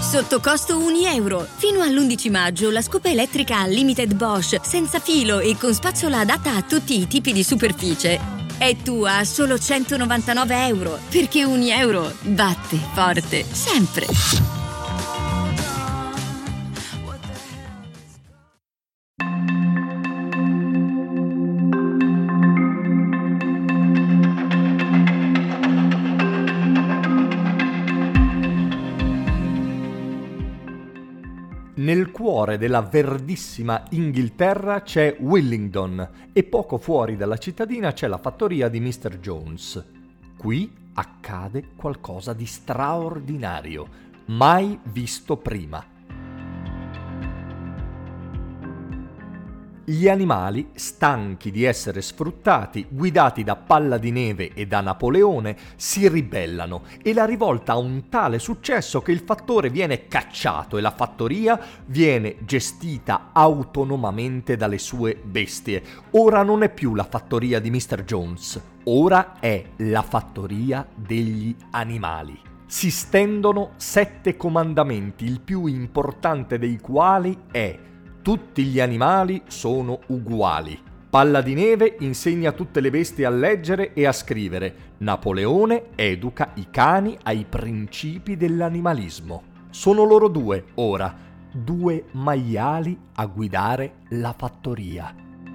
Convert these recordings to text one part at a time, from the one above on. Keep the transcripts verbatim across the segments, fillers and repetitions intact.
Sotto costo un euro. Fino all'undici maggio la scopa elettrica Unlimited Bosch senza filo e con spazzola adatta a tutti i tipi di superficie è tua a solo centonovantanove euro, perché un euro batte forte sempre. Nel cuore della verdissima Inghilterra c'è Willingdon e poco fuori dalla cittadina c'è la fattoria di mister Jones. Qui accade qualcosa di straordinario, mai visto prima. Gli animali, stanchi di essere sfruttati, guidati da Palla di Neve e da Napoleone, si ribellano e la rivolta ha un tale successo che il fattore viene cacciato e la fattoria viene gestita autonomamente dalle sue bestie. Ora non è più la fattoria di mister Jones, ora è la fattoria degli animali. Si stendono sette comandamenti, il più importante dei quali è: tutti gli animali sono uguali. Palla di Neve insegna a tutte le bestie a leggere e a scrivere. Napoleone educa i cani ai principi dell'animalismo. Sono loro due, ora, due maiali a guidare la fattoria.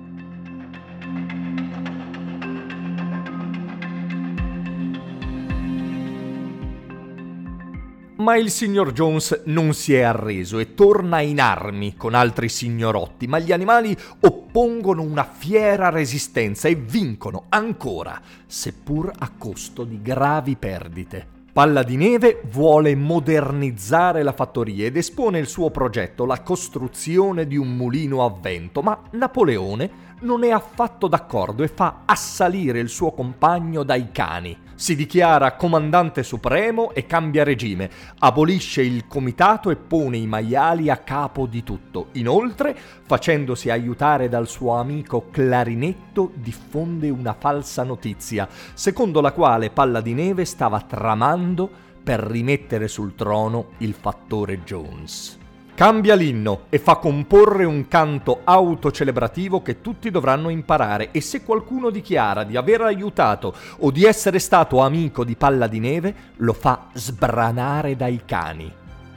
Ma il signor Jones non si è arreso e torna in armi con altri signorotti, ma gli animali oppongono una fiera resistenza e vincono ancora, seppur a costo di gravi perdite. Palla di Neve vuole modernizzare la fattoria ed espone il suo progetto, la costruzione di un mulino a vento, ma Napoleone non è affatto d'accordo e fa assalire il suo compagno dai cani. Si dichiara comandante supremo e cambia regime, abolisce il comitato e pone i maiali a capo di tutto. Inoltre, facendosi aiutare dal suo amico Clarinetto, diffonde una falsa notizia, secondo la quale Palla di Neve stava tramando per rimettere sul trono il fattore Jones. Cambia l'inno e fa comporre un canto autocelebrativo che tutti dovranno imparare, e se qualcuno dichiara di aver aiutato o di essere stato amico di Palla di Neve, lo fa sbranare dai cani.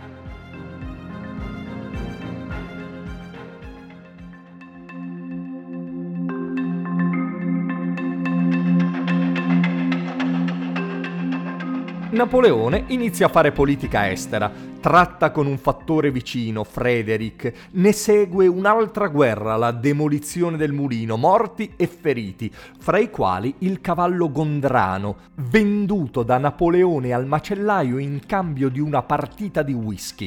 Napoleone inizia a fare politica estera, tratta con un fattore vicino, Frederick, ne segue un'altra guerra, la demolizione del mulino, morti e feriti, fra i quali il cavallo Gondrano, venduto da Napoleone al macellaio in cambio di una partita di whisky.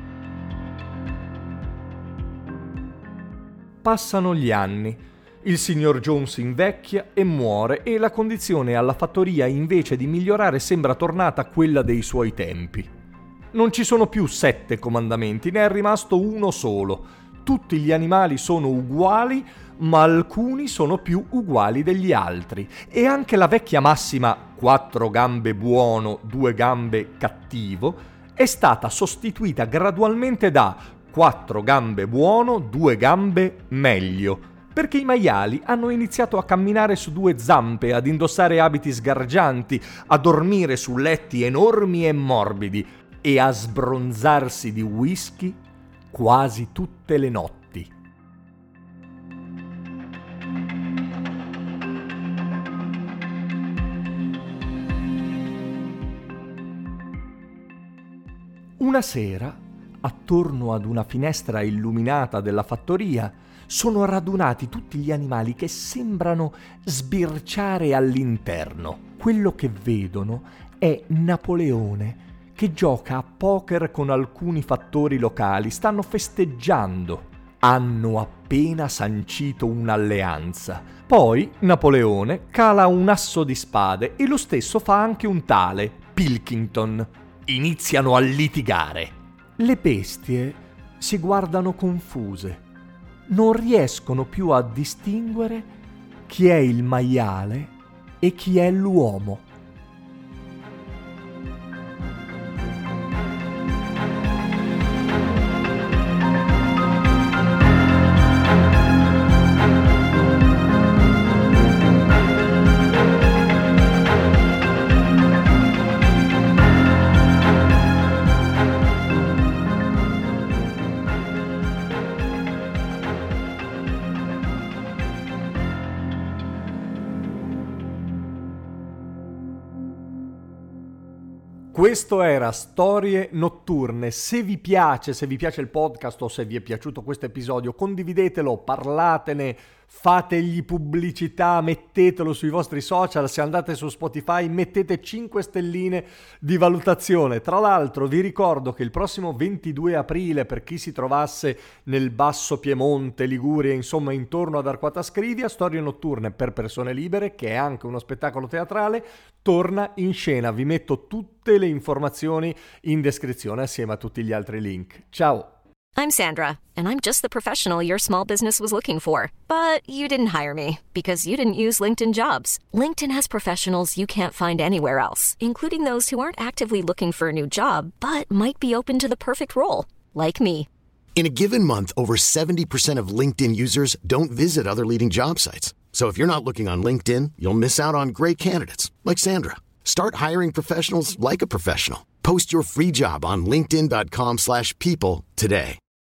Passano gli anni. Il signor Jones invecchia e muore e la condizione alla fattoria, invece di migliorare, sembra tornata quella dei suoi tempi. Non ci sono più sette comandamenti, ne è rimasto uno solo. Tutti gli animali sono uguali, ma alcuni sono più uguali degli altri. E anche la vecchia massima quattro gambe buono, due gambe cattivo è stata sostituita gradualmente da quattro gambe buono, due gambe meglio, perché i maiali hanno iniziato a camminare su due zampe, ad indossare abiti sgargianti, a dormire su letti enormi e morbidi e a sbronzarsi di whisky quasi tutte le notti. Una sera, attorno ad una finestra illuminata della fattoria, sono radunati tutti gli animali che sembrano sbirciare all'interno. Quello che vedono è Napoleone che gioca a poker con alcuni fattori locali. Stanno festeggiando. Hanno appena sancito un'alleanza. Poi Napoleone cala un asso di spade e lo stesso fa anche un tale Pilkington. Iniziano a litigare. Le bestie si guardano confuse. Non riescono più a distinguere chi è il maiale e chi è l'uomo. Questo era Storie Notturne. Se vi piace, se vi piace il podcast o se vi è piaciuto questo episodio, condividetelo, parlatene, fategli pubblicità, mettetelo sui vostri social. Se andate su Spotify, mettete cinque stelline di valutazione. Tra l'altro vi ricordo che il prossimo ventidue aprile, per chi si trovasse nel Basso Piemonte, Liguria, insomma intorno ad Arquata Scrivia, Storie Notturne per persone libere, che è anche uno spettacolo teatrale, torna in scena. Vi metto tutte le informazioni in descrizione assieme a tutti gli altri link. Ciao! I'm Sandra, and I'm just the professional your small business was looking for. But you didn't hire me because you didn't use LinkedIn Jobs. LinkedIn has professionals you can't find anywhere else, including those who aren't actively looking for a new job, but might be open to the perfect role, like me. In a given month, over seventy percent of LinkedIn users don't visit other leading job sites. So if you're not looking on LinkedIn, you'll miss out on great candidates like Sandra. Start hiring professionals like a professional. Post your free job on linkedin dot com slash people today.